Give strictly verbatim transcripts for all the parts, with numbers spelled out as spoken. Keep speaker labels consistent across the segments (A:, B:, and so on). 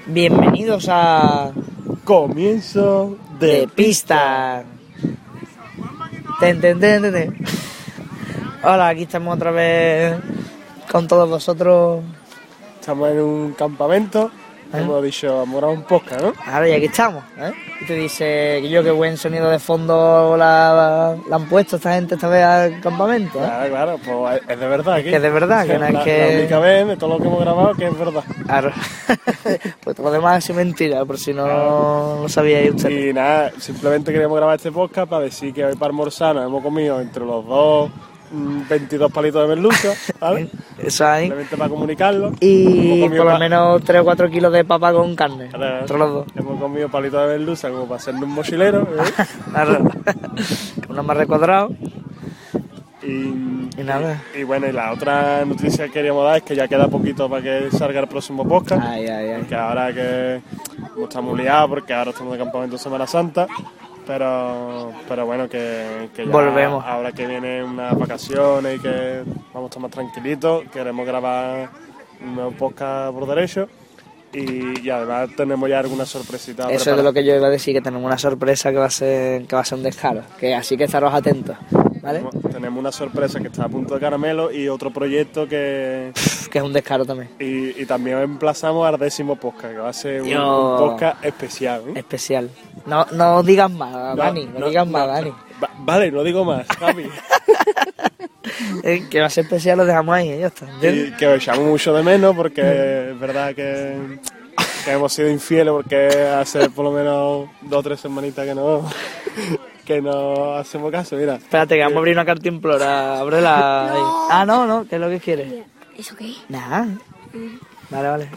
A: Bienvenidos a
B: Comienzo de,
A: De Pista. Ten, ten, ten, ten, ten. Hola, aquí estamos otra vez con todos vosotros.
B: Estamos en un campamento.
A: ¿Eh?
B: Hemos dicho, vamos a grabar un podcast, ¿no?
A: Ahora ya aquí estamos, ¿eh? Y te dice que yo qué buen sonido de fondo la, la han puesto esta gente esta vez al campamento, ¿eh?
B: Claro, claro, pues es de verdad.
A: Que es de verdad, que no es
B: la,
A: que...
B: la única vez de todo lo que hemos grabado que es verdad.
A: Claro. Pues todo lo demás es mentira, por si no lo sabíais ustedes.
B: Y nada, simplemente queríamos grabar este podcast para decir que hoy para almorzar nos hemos comido entre los dos veintidós palitos de merluza, ¿vale?
A: Eso ahí.
B: Simplemente para comunicarlo.
A: Y
B: Hemos comido
A: por lo
B: pa-
A: menos tres o cuatro kilos de papa con carne,
B: Claro,
A: entre los dos.
B: Hemos comido palitos de merluza como para hacernos un mochilero, ¿eh?
A: Claro. Uno más recuadrado.
B: Y,
A: Y nada.
B: Y, y bueno, y la otra noticia que queríamos dar es que ya queda poquito para que salga el próximo podcast.
A: Ay, ay, ay.
B: Que ahora que estamos liados porque ahora estamos de campamento de Semana Santa. Pero, pero bueno, que, que ya
A: Volvemos.
B: ahora que vienen unas vacaciones y que vamos a estar más tranquilitos, queremos grabar un nuevo podcast por derecho. Y, y además tenemos ya alguna sorpresita.
A: Eso es de lo que yo iba a decir, que tenemos una sorpresa que va a ser que va a ser un descaro, que así que estaros atentos, ¿vale?
B: Tenemos, tenemos una sorpresa que está a punto de caramelo y otro proyecto que...
A: Que es un descaro también.
B: Y, y también emplazamos al décimo podcast, que va a ser un,
A: Yo-
B: un podcast especial, ¿eh?
A: Especial. No, no digas más, Dani, no,
B: no,
A: digas
B: no,
A: más,
B: no.
A: Dani.
B: Va- vale, no digo más, Javi.
A: Eh, que va a ser especial lo dejamos ahí, y ya está.
B: Y que os echamos mucho de menos porque es verdad que, que hemos sido infieles porque hace por lo menos dos o tres semanitas que no, que no hacemos caso, mira.
A: Espérate, que vamos a abrir una carta implora, ábrela ahí. Ah, no, no, ¿qué es lo que quieres?
C: ¿Eso qué?
A: Nada. Vale, vale.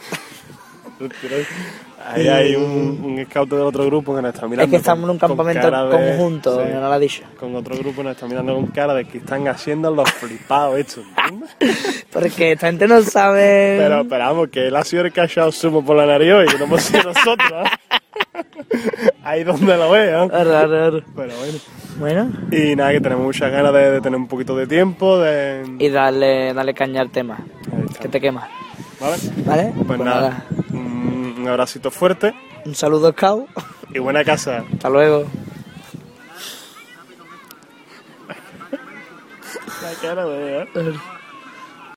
B: Ahí hay un, un scout del otro grupo que nos está mirando.
A: Es que estamos en un
B: con- con
A: campamento
B: cara de-
A: conjunto,
B: sí,
A: no lo ha dicho.
B: con otro grupo nos está mirando con cara de que están haciendo los flipados estos, ¿entiendes?
A: Porque esta gente no sabe...
B: Pero, pero vamos, que él ha sido el que ha echado zumo por la nariz hoy, que no hemos sido nosotros, ¿eh? Ahí donde lo vean.
A: Arre, arre, arre.
B: Pero bueno.
A: Bueno,
B: Y nada, que tenemos muchas ganas de, de tener un poquito de tiempo, de...
A: y darle, darle caña al tema,
B: Ahí está.
A: que te quema.
B: ¿Vale?
A: ¿Vale?
B: Pues, nada, un, un abracito fuerte
A: Un saludo, Scout.
B: y buena casa.
A: Hasta luego.
B: La cara de... ¿eh?